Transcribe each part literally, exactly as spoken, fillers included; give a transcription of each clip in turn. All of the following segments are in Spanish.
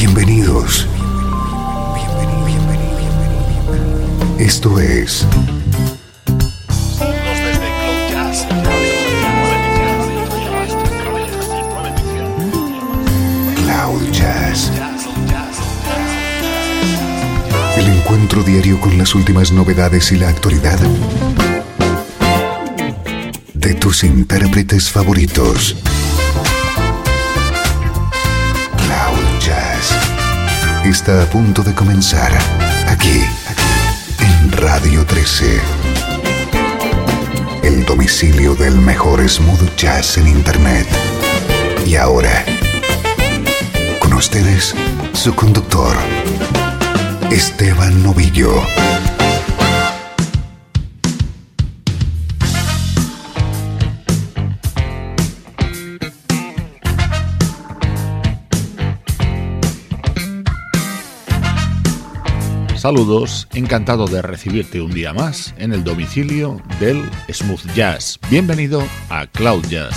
Bienvenidos. Esto es Cloud Jazz. El encuentro diario con las últimas novedades y la actualidad de tus intérpretes favoritos. Cloud Jazz está a punto de comenzar aquí, en Radio trece. El domicilio del mejor smooth jazz en internet. Y ahora, con ustedes, su conductor, Esteban Novillo. Saludos, encantado de recibirte un día más en el domicilio del Smooth Jazz. Bienvenido a Cloud Jazz.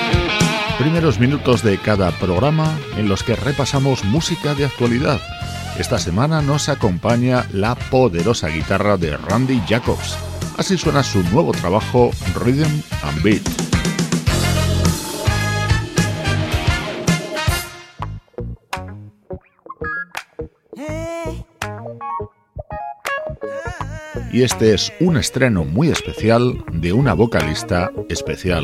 Primeros minutos de cada programa en los que repasamos música de actualidad, Esta semana nos acompaña la poderosa guitarra de Randy Jacobs. Así suena su nuevo trabajo Rhythm and Beat. Y este es un estreno muy especial de una vocalista especial.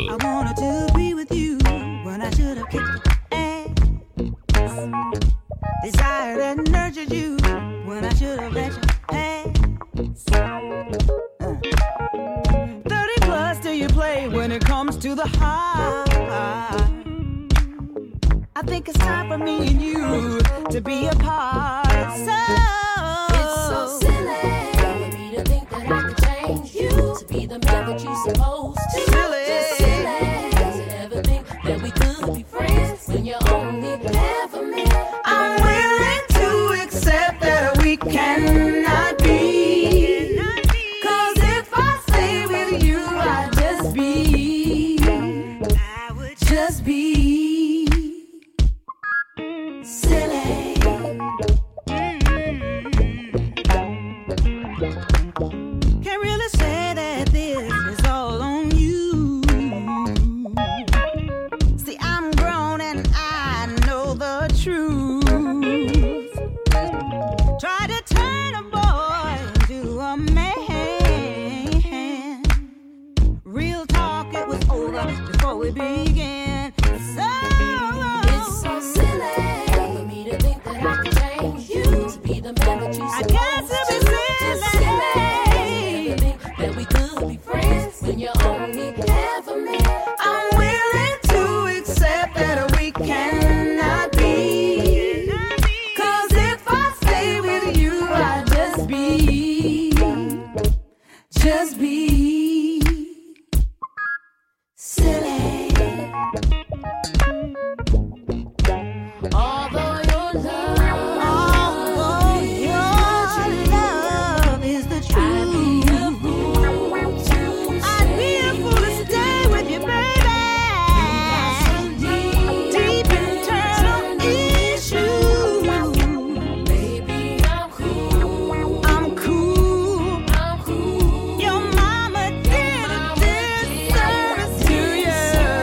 I think it's time for me and you to be apart. So it's so silly for me to think that I could change you to be the man that you're supposed to. Silly. Just silly. Does it ever think that we could be friends when you're only half of me? I'm willing to accept that we cannot be. Cause if I stay with you, I'd just be. I would just be. We begin. So it's so silly for me to think that I can change you to be the man that you. I guess it was silly. Just silly. Think that we could be friends when you're only half of me. I'm willing to accept that we cannot be. Cause if I stay with you, I'd just be, just be silly. Although your love, although your love is the truth, I'd be a fool to, I'd be a fool to stay with you, baby. Deep, deep internal issues, baby. I'm cool, I'm cool, I'm cool. Your mama did a disservice to you.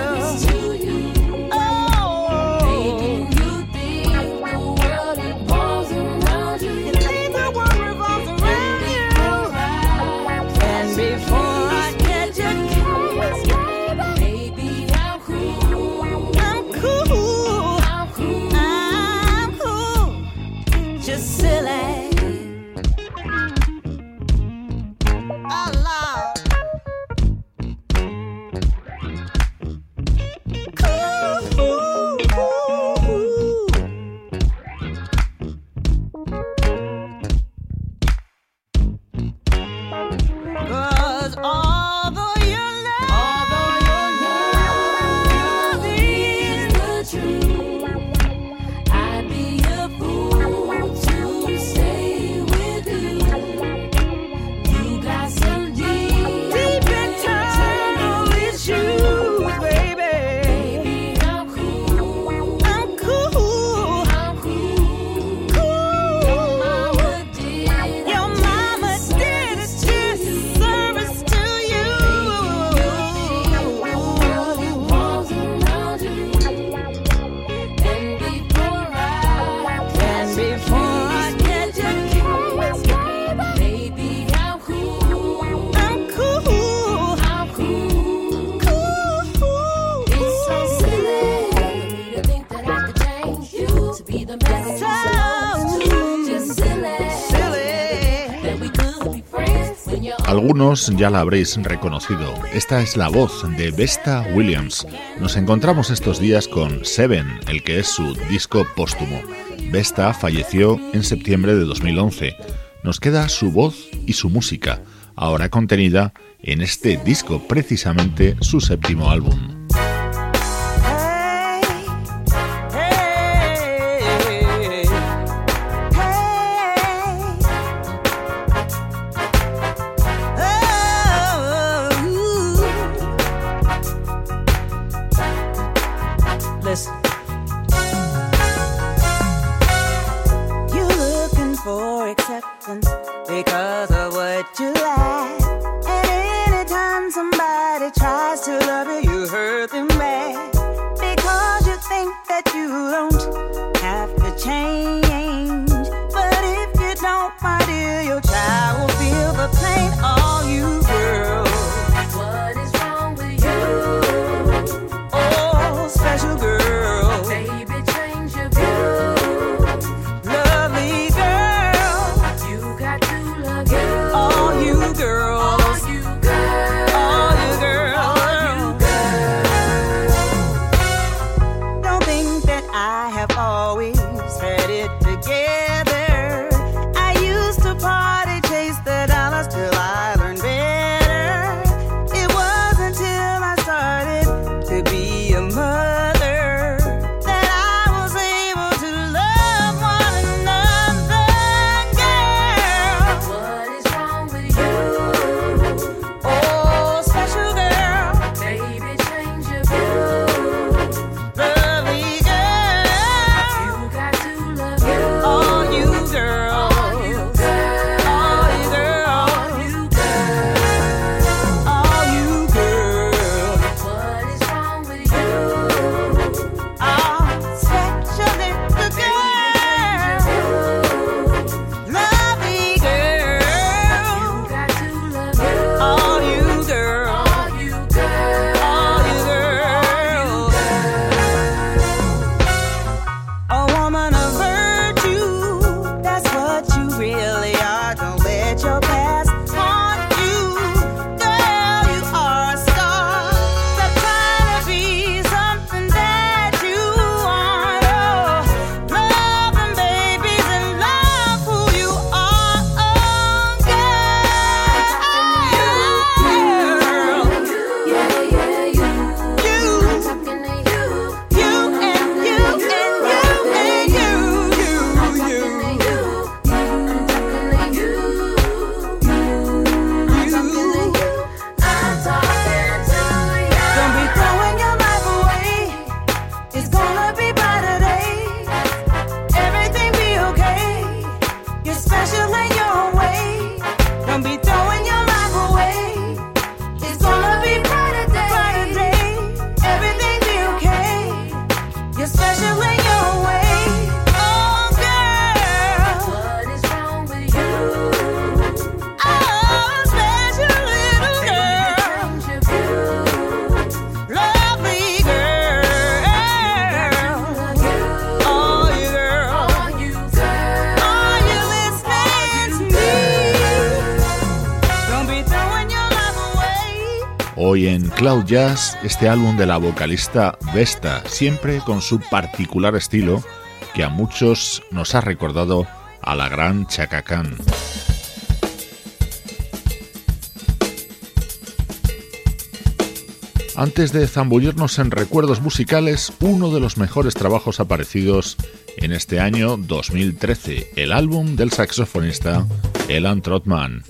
Algunos ya la habréis reconocido. Esta es la voz de Vesta Williams. Nos encontramos estos días con Seven, el que es su disco póstumo. Vesta falleció en septiembre de dos mil once. Nos queda su voz y su música, ahora contenida en este disco, precisamente su séptimo álbum. Listen. You're looking acceptance because of what you lack. And anytime somebody tries to love you, you hurt them back because you think that you don't have to change. But if you don't, my dear, your child will feel the pain. All you girls, what is wrong with you? Oh, special girl, Baby, change your view. lovely girl, You got to love you. all you girls, All you girls. all you girls. Don't think that I have always had it together. I used to party, chase the dollars till I learned better. It wasn't until I started to be a mother that I was able to love one another. Girl, What is wrong with you? oh, special girl, Baby, change your view. lovely girl, You got to love you. all you girls, All you girls. all you girls, All you girls. all you girls. What is wrong with you? Oh, special little girl, lovely girl, You got to love you. all you girls, All you girls. all you girls. A woman of virtue, that's what you really are. Don't let your past haunt you. Girl, you are a star. Stop trying to be something that you aren't. Oh, love them babies and love who you are. Oh, girl, Yeah, yeah, you. you. I'm talking to you. You and you and you and you, you, you, I'm talking to you. I'm talking to you. Don't be throwing your life away. It's gonna be brighter days. Everything be okay. You're special in your way. Don't be throwing your life away. It's gonna be brighter days. Brighter days. Everything be okay. You're special in your way. Oh, girl. What is wrong with you? Oh, special little girl. Change your view. Lovely girl, all you girls, All you girls. are you listening to me? Don't be throwing your love away. Hoy en Cloud Jazz, este álbum de la vocalista Vesta, siempre con su particular estilo que a muchos nos ha recordado a la gran Chaka Khan. Antes de zambullirnos en recuerdos musicales, uno de los mejores trabajos aparecidos en este año dos mil trece, el álbum del saxofonista Elan Trotman.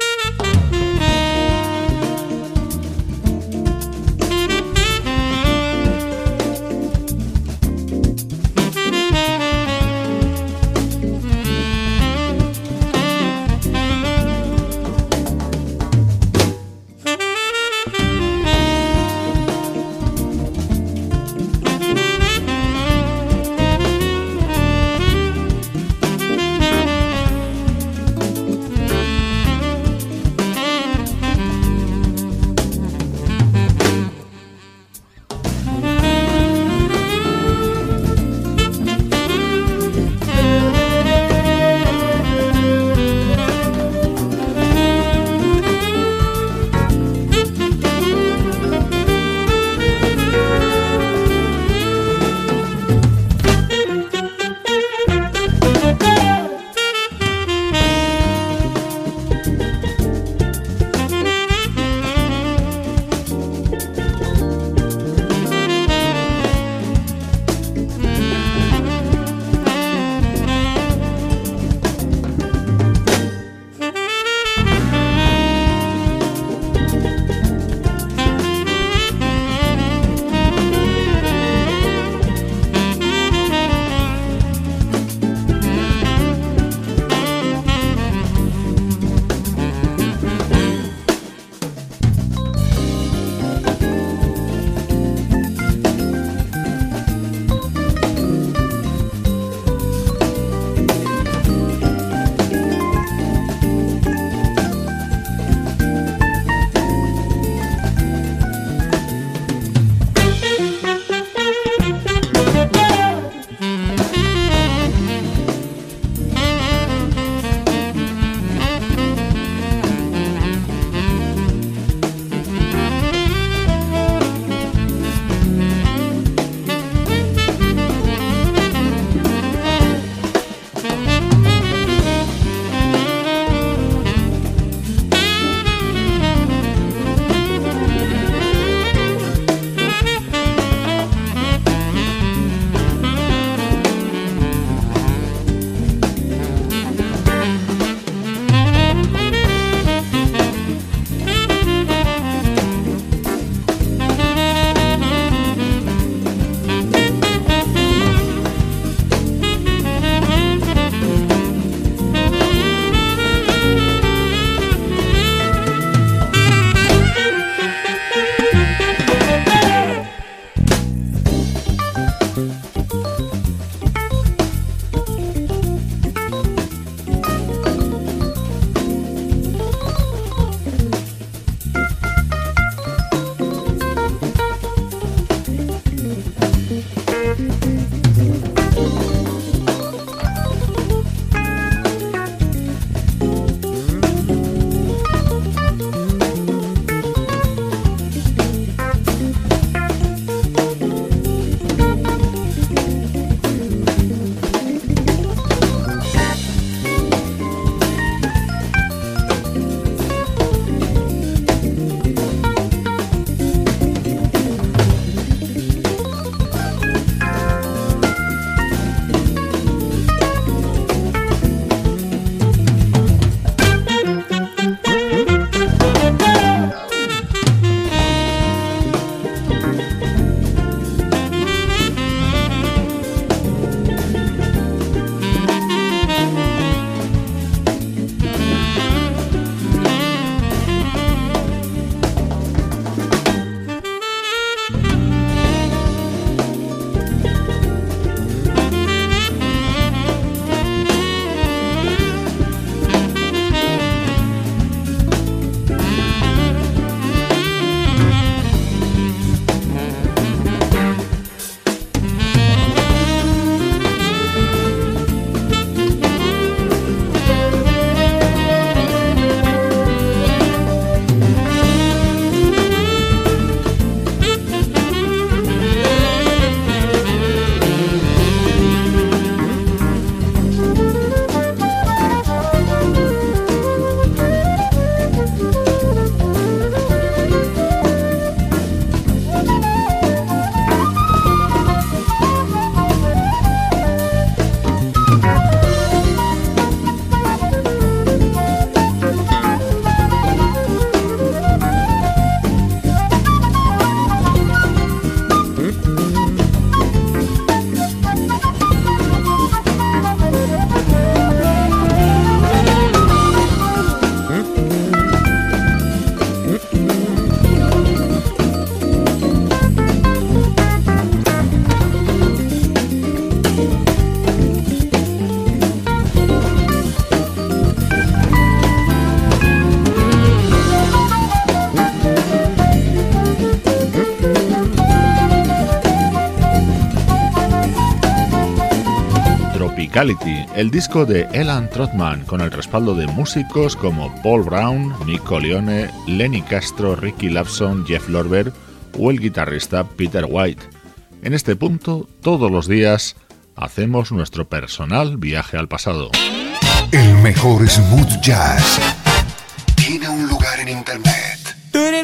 Musicality, el disco de Alan Trotman, con el respaldo de músicos como Paul Brown, Nico Leone, Lenny Castro, Ricky Lawson, Jeff Lorber o el guitarrista Peter White. En este punto, todos los días, hacemos nuestro personal viaje al pasado. El mejor smooth jazz tiene un lugar en internet.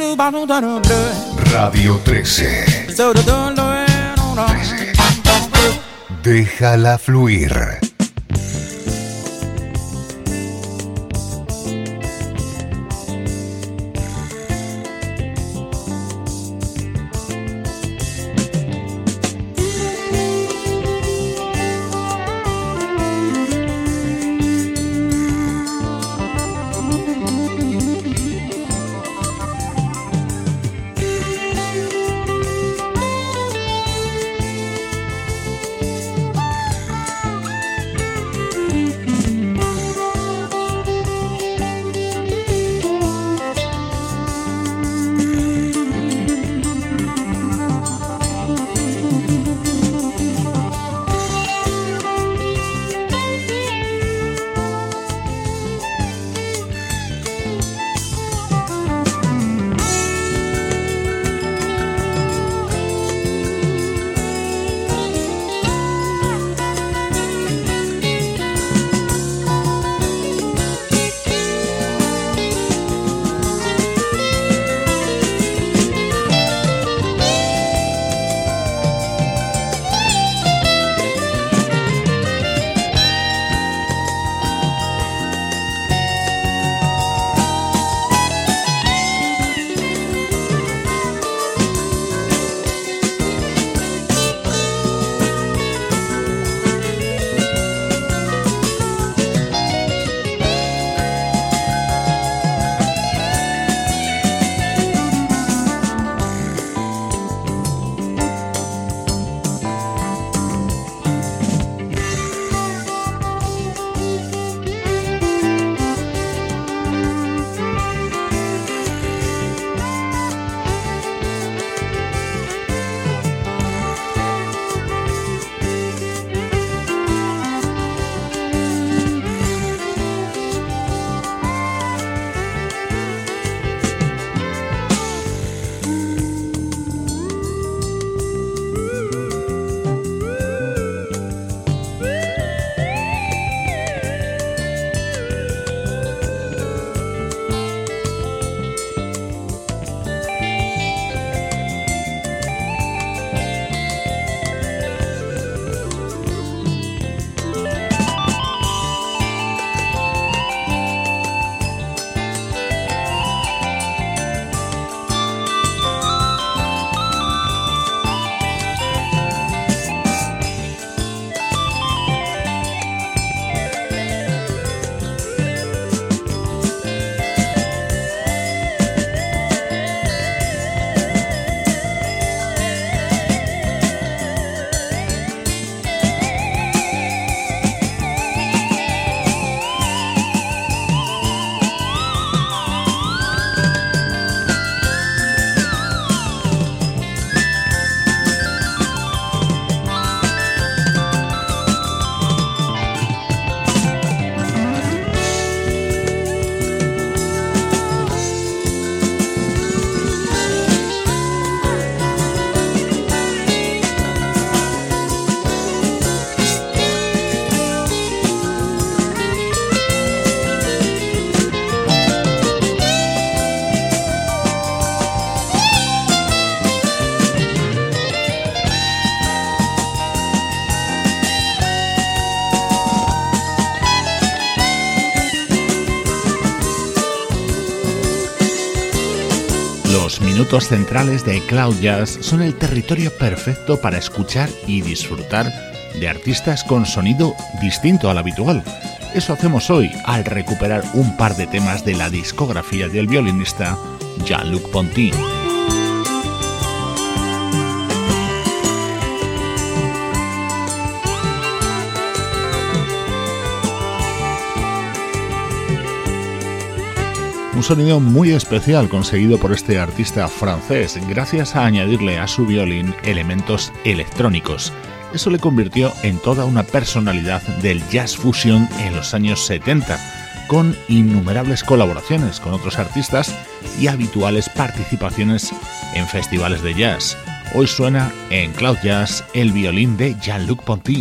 Radio trece. trece. Déjala fluir. Los minutos centrales de Cloud Jazz son el territorio perfecto para escuchar y disfrutar de artistas con sonido distinto al habitual. Eso hacemos hoy al recuperar un par de temas de la discografía del violinista Jean-Luc Ponty. Un sonido muy especial conseguido por este artista francés gracias a añadirle a su violín elementos electrónicos. Eso le convirtió en toda una personalidad del jazz fusion en los años setenta, con innumerables colaboraciones con otros artistas y habituales participaciones en festivales de jazz. Hoy suena en Cloud Jazz el violín de Jean-Luc Ponty.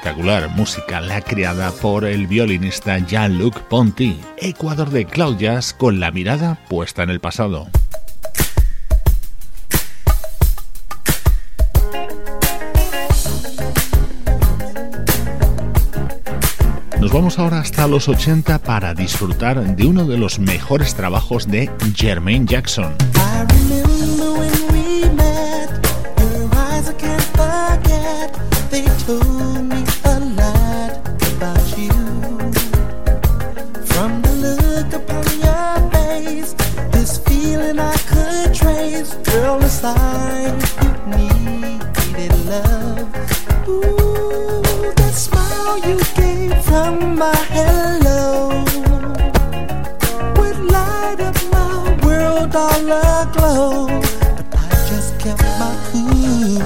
espectacular música, la creada por el violinista Jean-Luc Ponty, Ecuador de Cloud Jazz con la mirada puesta en el pasado. Nos vamos ahora hasta los ochenta para disfrutar de uno de los mejores trabajos de Jermaine Jackson. I remember when we met, your eyes I can't forget. They told me a lot about you. From the look upon your face, this feeling I could trace. Girl, a sign you needed love. Ooh, that smile you gave from my hello would light up my world all aglow, but I just kept my cool.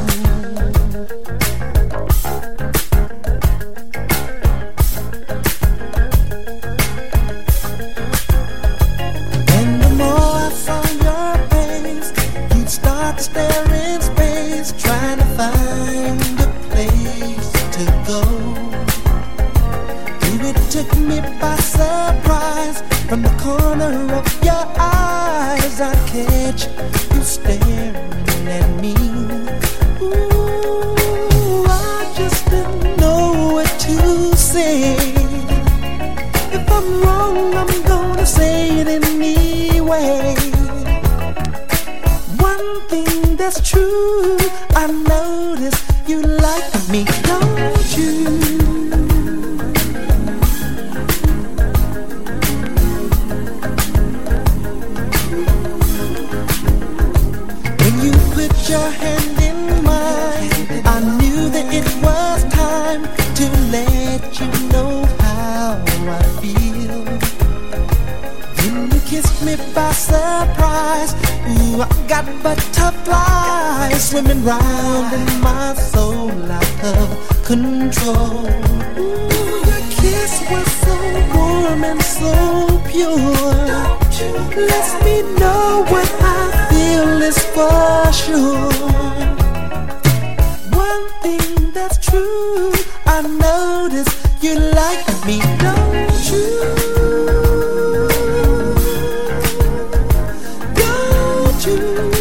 And the more I saw your face, you'd start to stare in space, trying to find a place to go. It took me by surprise. From the corner of your eyes I catch you staring at me. Ooh, I just didn't know what to say. If I'm wrong, I'm gonna say it anyway. One thing that's true, I notice you like me, don't you? Your hand in mine, I knew that it was time to let you know how I feel. Then you kissed me by surprise. Ooh, I got butterflies swimming round in my soul out of control. Ooh, your kiss was so warm and so pure. Let me know what I feel is for sure. One thing that's true, I notice you like me, don't you? Don't you?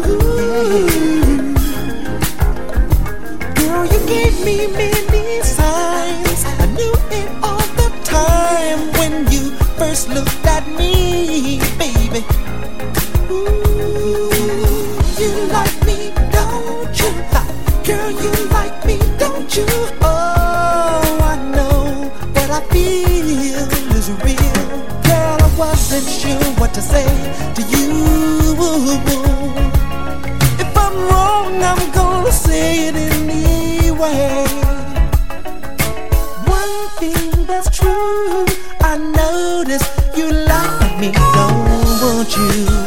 Girl, you gave me many signs. I knew it all the time when you first looked at me, baby. Ooh, you like me, don't you? Ha, girl, you like me, don't you? Oh, I know what I feel is real. Girl, I wasn't sure what to say to you. If I'm wrong, I'm gonna say it anyway. One thing that's true, I notice you like me, don't you?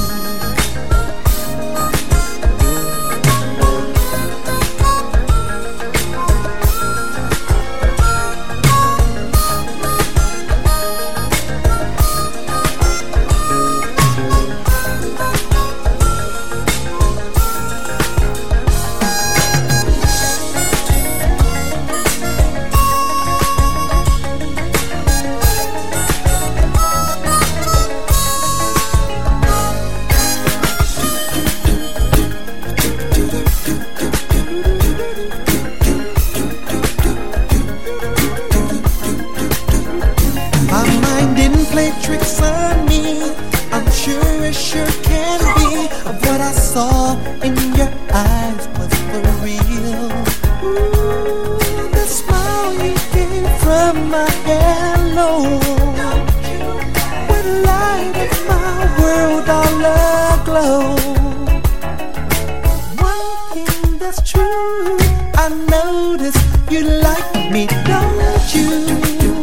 Tricks on me, I'm sure it sure can be. What I saw in your eyes was for real. Ooh, the smile you gave from my hello would light up my world all aglow. One thing that's true, I notice you like me, don't you?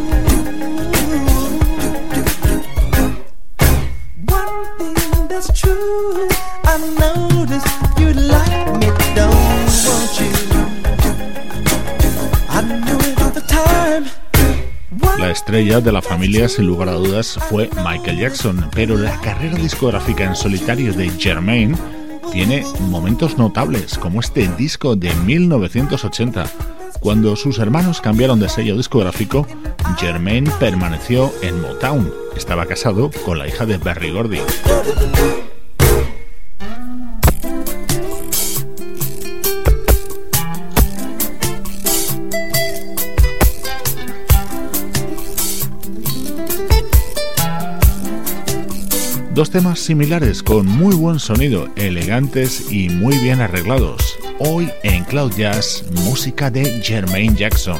La estrella de la familia, sin lugar a dudas, fue Michael Jackson, pero la carrera discográfica en solitario de Jermaine tiene momentos notables, como este disco de mil novecientos ochenta, Cuando sus hermanos cambiaron de sello discográfico, Jermaine permaneció en Motown. Estaba casado con la hija de Berry Gordy. Dos temas similares con muy buen sonido, elegantes y muy bien arreglados. Hoy en Cloud Jazz, música de Jermaine Jackson.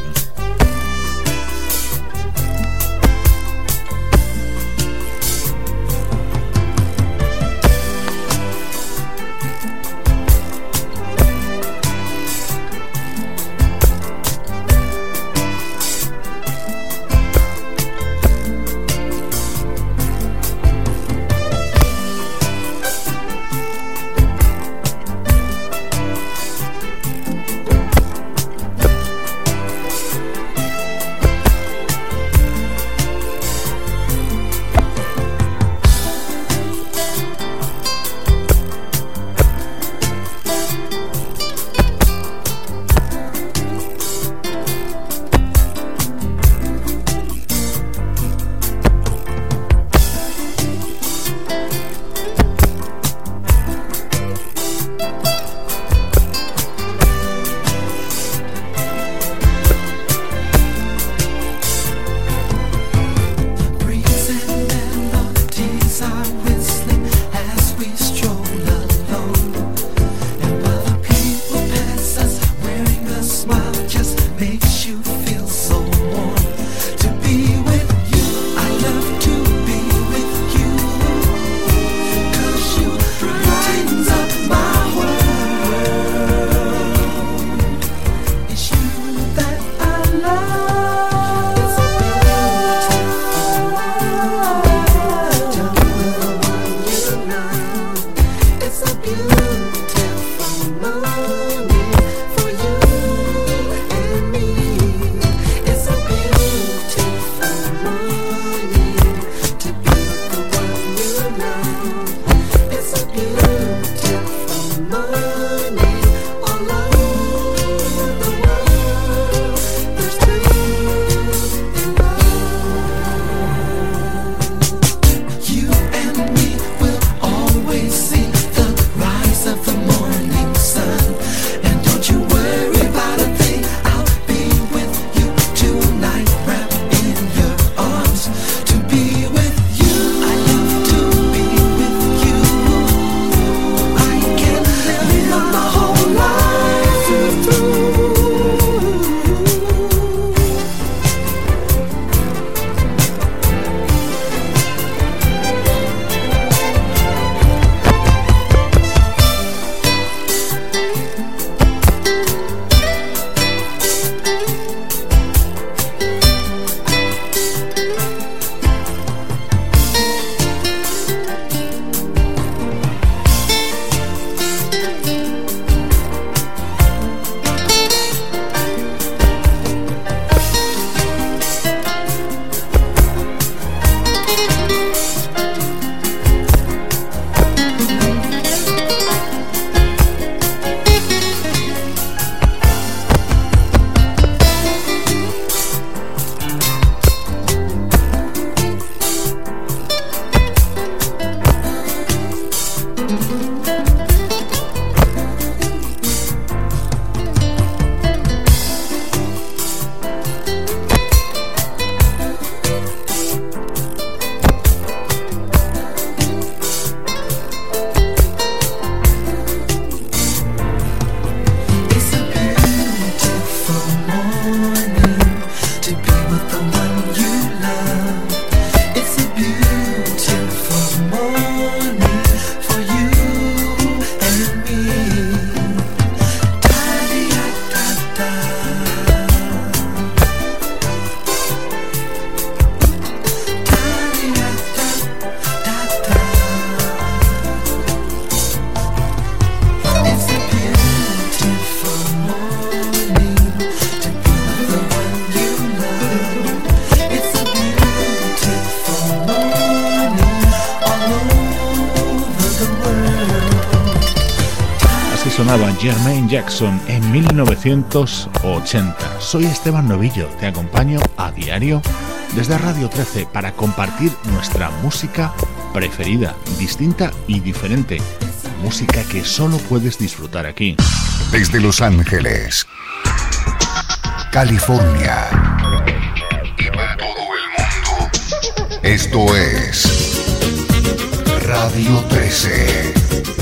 sonaba Jermaine Jackson en mil novecientos ochenta. Soy Esteban Novillo, te acompaño a diario desde Radio trece para compartir nuestra música preferida, distinta y diferente. Música que solo puedes disfrutar aquí. Desde Los Ángeles, California y para todo el mundo. Esto es Radio trece.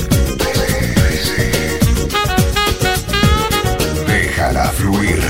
Déjala fluir.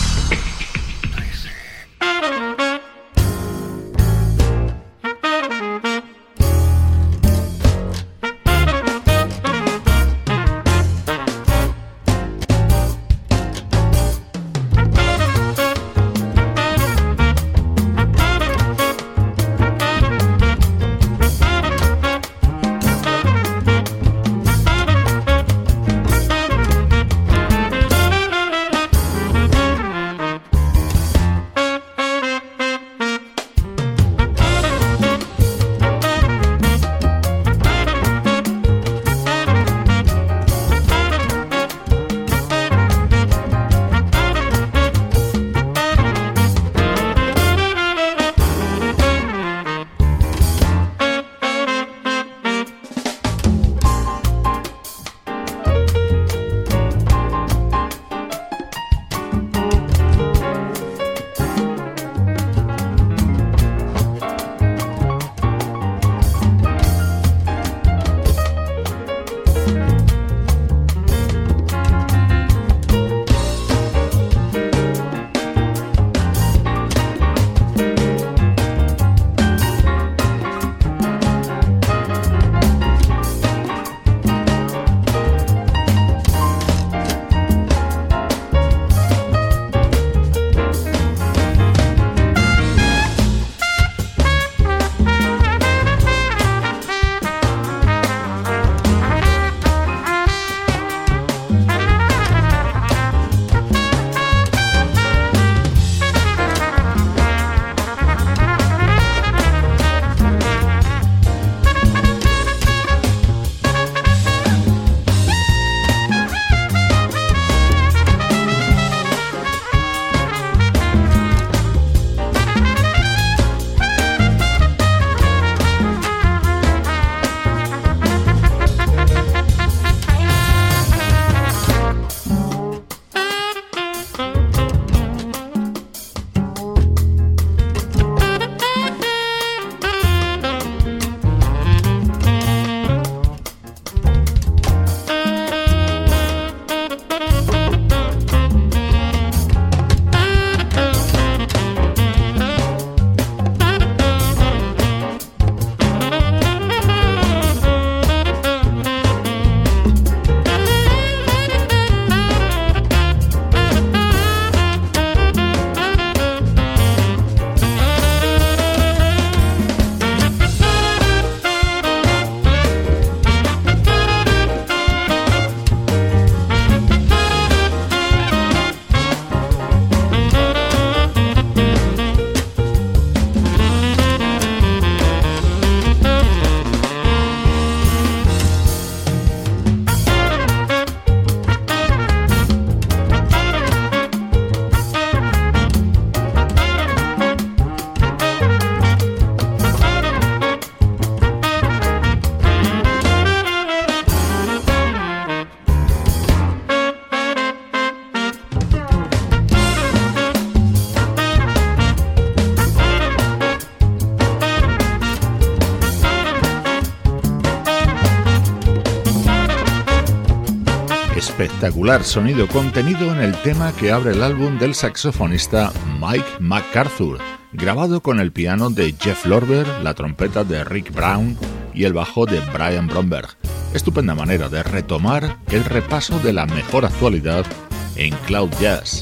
espectacular sonido contenido en el tema que abre el álbum del saxofonista Mike MacArthur, grabado con el piano de Jeff Lorber, la trompeta de Rick Brown y el bajo de Brian Bromberg. Estupenda manera de retomar el repaso de la mejor actualidad en Cloud Jazz.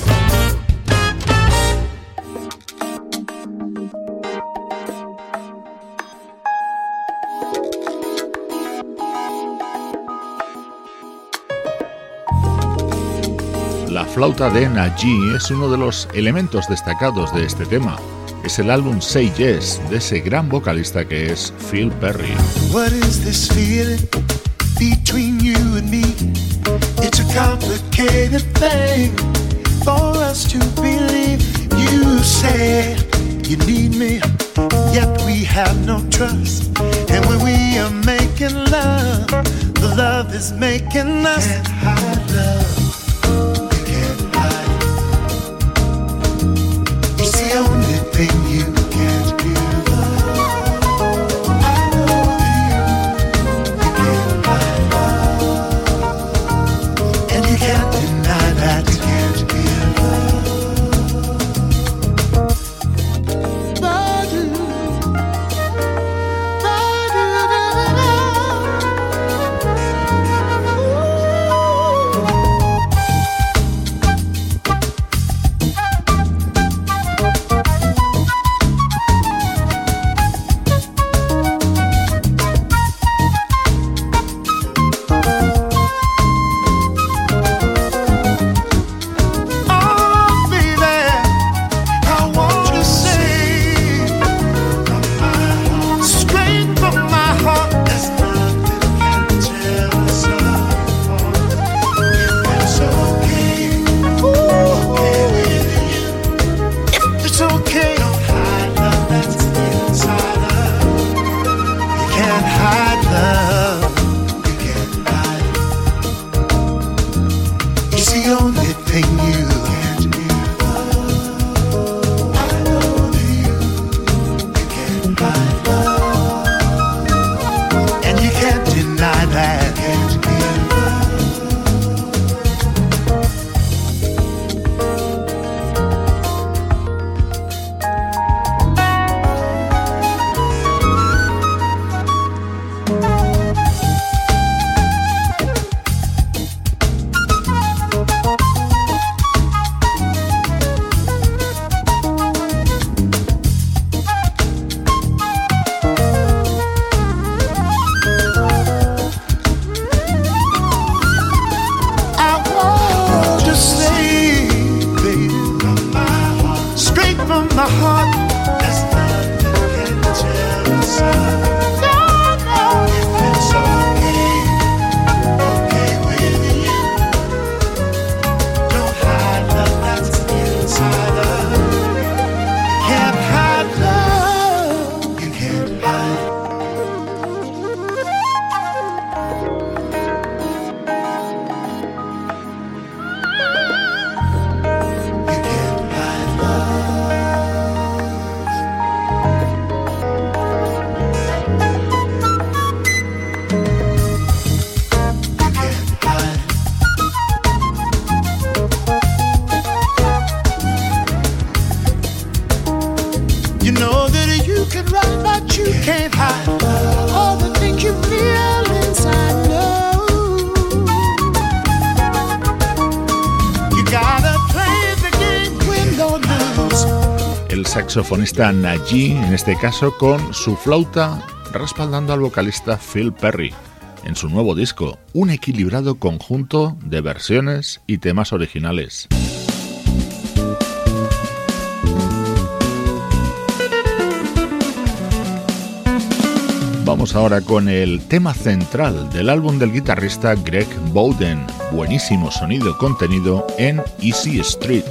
La flauta de Naji es uno de los elementos destacados de este tema. Es el álbum Say Yes de ese gran vocalista que es Phil Perry. What is this feeling between you and me? complicated thing for us to believe. You say you need me, yet we have no trust. And when we are making love, the love is making us. You can't hide love. You can't hide. It's the only thing you can't give up. I know you. You can't hide love. And you can't deny that you can't give up. Saxofonista Najee, en este caso con su flauta respaldando al vocalista Phil Perry en su nuevo disco, un equilibrado conjunto de versiones y temas originales. Vamos ahora con el tema central del álbum del guitarrista Greg Bowden, buenísimo sonido contenido en Easy Street.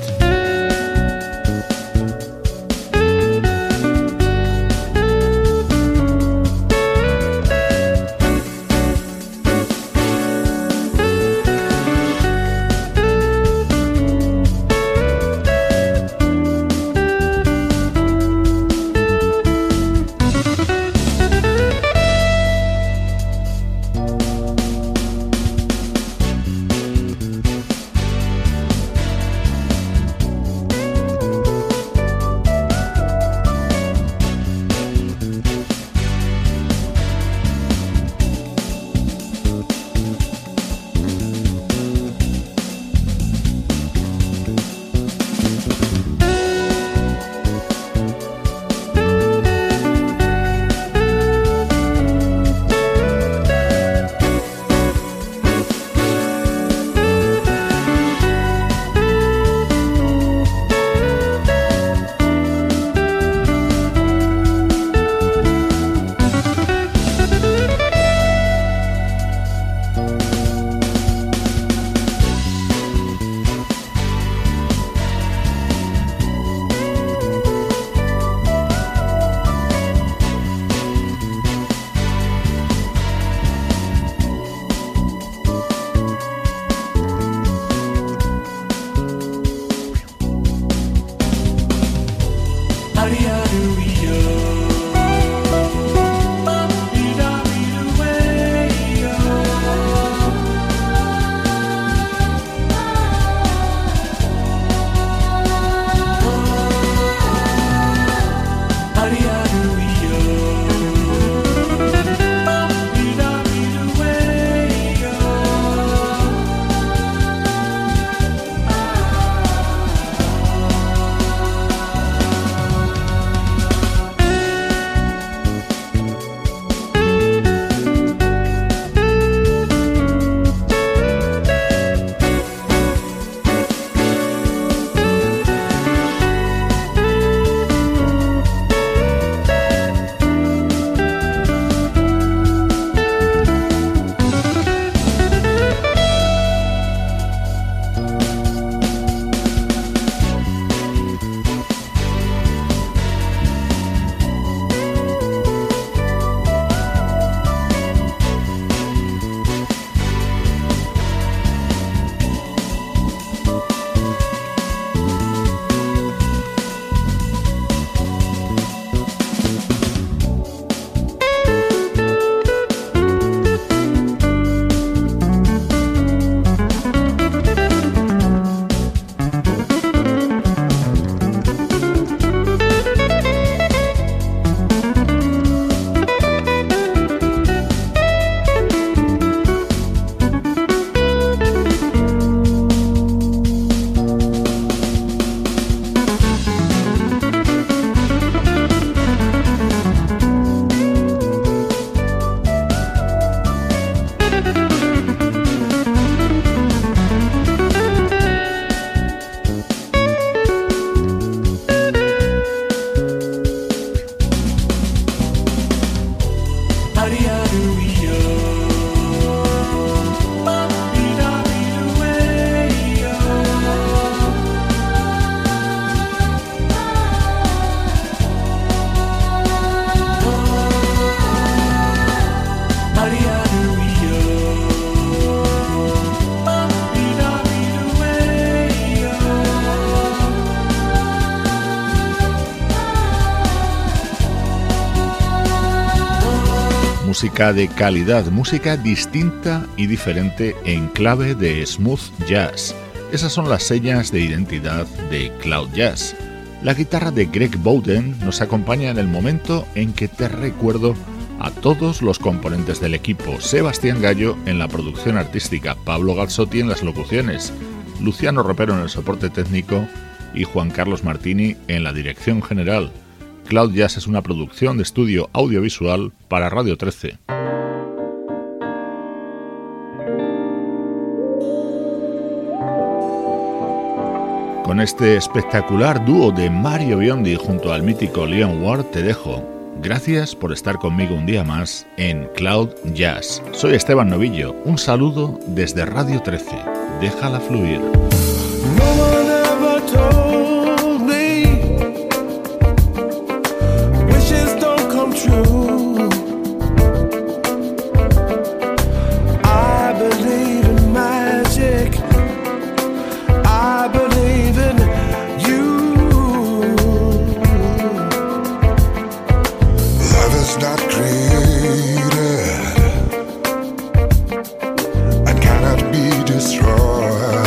música de calidad, música distinta y diferente en clave de smooth jazz. Esas son las señas de identidad de Cloud Jazz. La guitarra de Greg Bowden nos acompaña en el momento en que te recuerdo a todos los componentes del equipo. Sebastián Gallo en la producción artística, Pablo Gazzotti en las locuciones, Luciano Ropero en el soporte técnico y Juan Carlos Martini en la dirección general. Cloud Jazz es una producción de estudio audiovisual para Radio trece. Con este espectacular dúo de Mario Biondi junto al mítico Leon Ward te dejo. Gracias por estar conmigo un día más en Cloud Jazz. Soy Esteban Novillo. Un saludo desde Radio trece. Déjala fluir. No one ever told me wishes don't come true. I believe in magic. I believe in you. Love is not created and cannot be destroyed.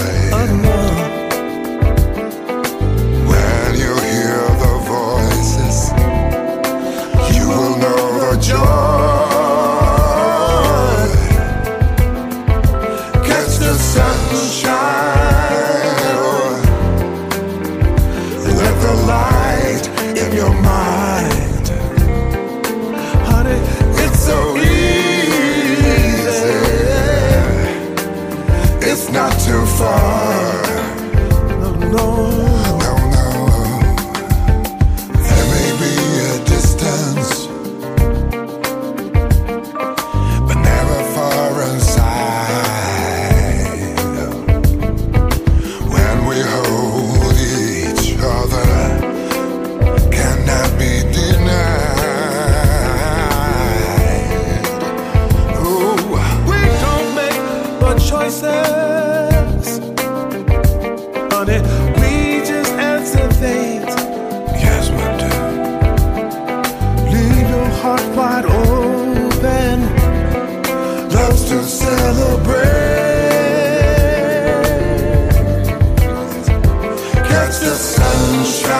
When you hear the voices, you will know the joy. Catch the sunshine, let the light in your mind. Honey, it's so easy. It's not too far. No, no, no, no. There may be a distance, but never far inside. When we hold each other, cannot be denied. Ooh, we don't make but choices, honey. We just answer things. Yes, we do. Leave your heart wide open. Loves to celebrate. Catch the sunshine.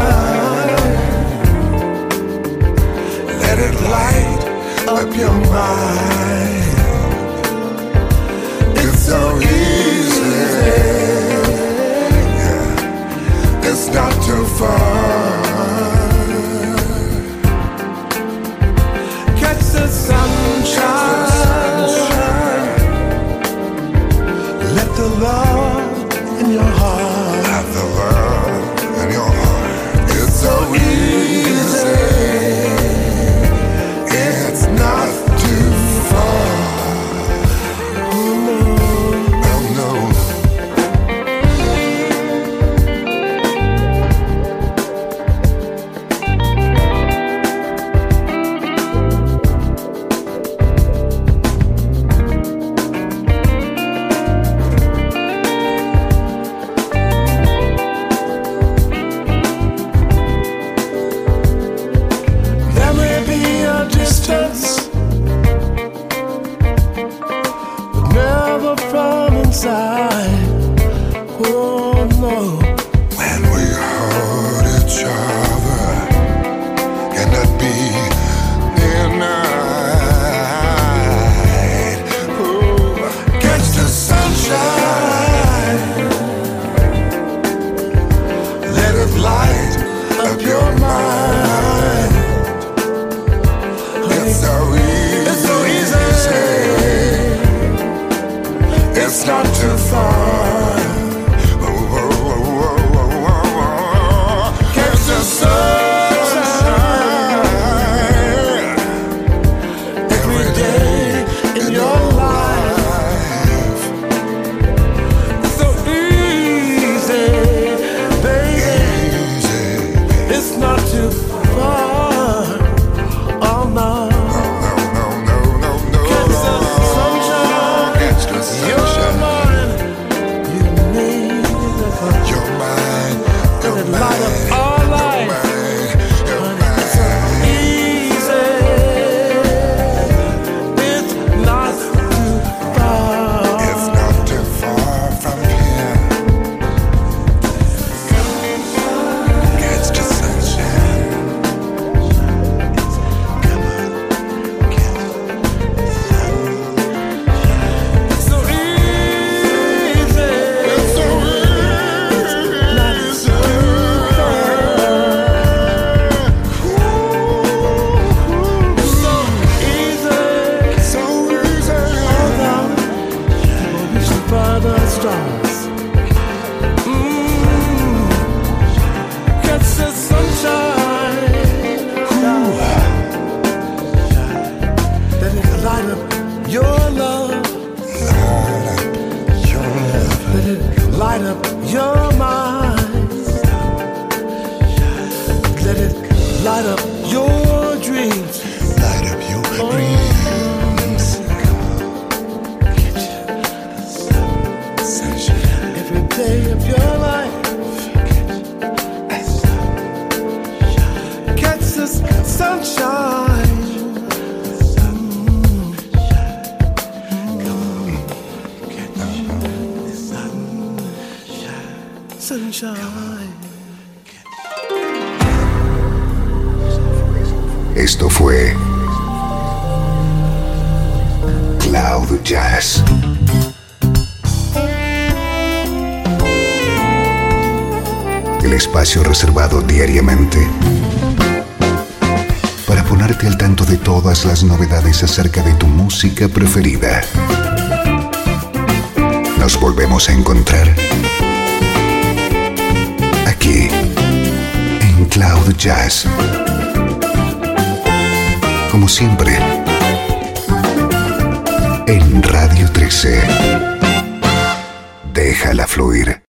Let it light up your mind. It's so easy. Yeah. It's not too far. Catch the sunshine. Let the love in your heart. Let the love in your heart. It's so easy. It's not too far. Oh no, oh no. There may be a distance, but never from inside. Oh no. When we hold each other, cannot be denied. Ooh, catch the sunshine. Let it light up your mind. It's so easy. It's so easy. It's not too far. Ooh, light up your mind. Let it light up your dreams. Light up your dreams. Sunshine. Every day of your life. Catch the sunshine. Sunshine. Esto fue Cloud Jazz. El espacio reservado diariamente para ponerte al tanto de todas las novedades acerca de tu música preferida. Nos volvemos a encontrar aquí en Cloud Jazz. Como siempre, en Radio trece. Déjala fluir.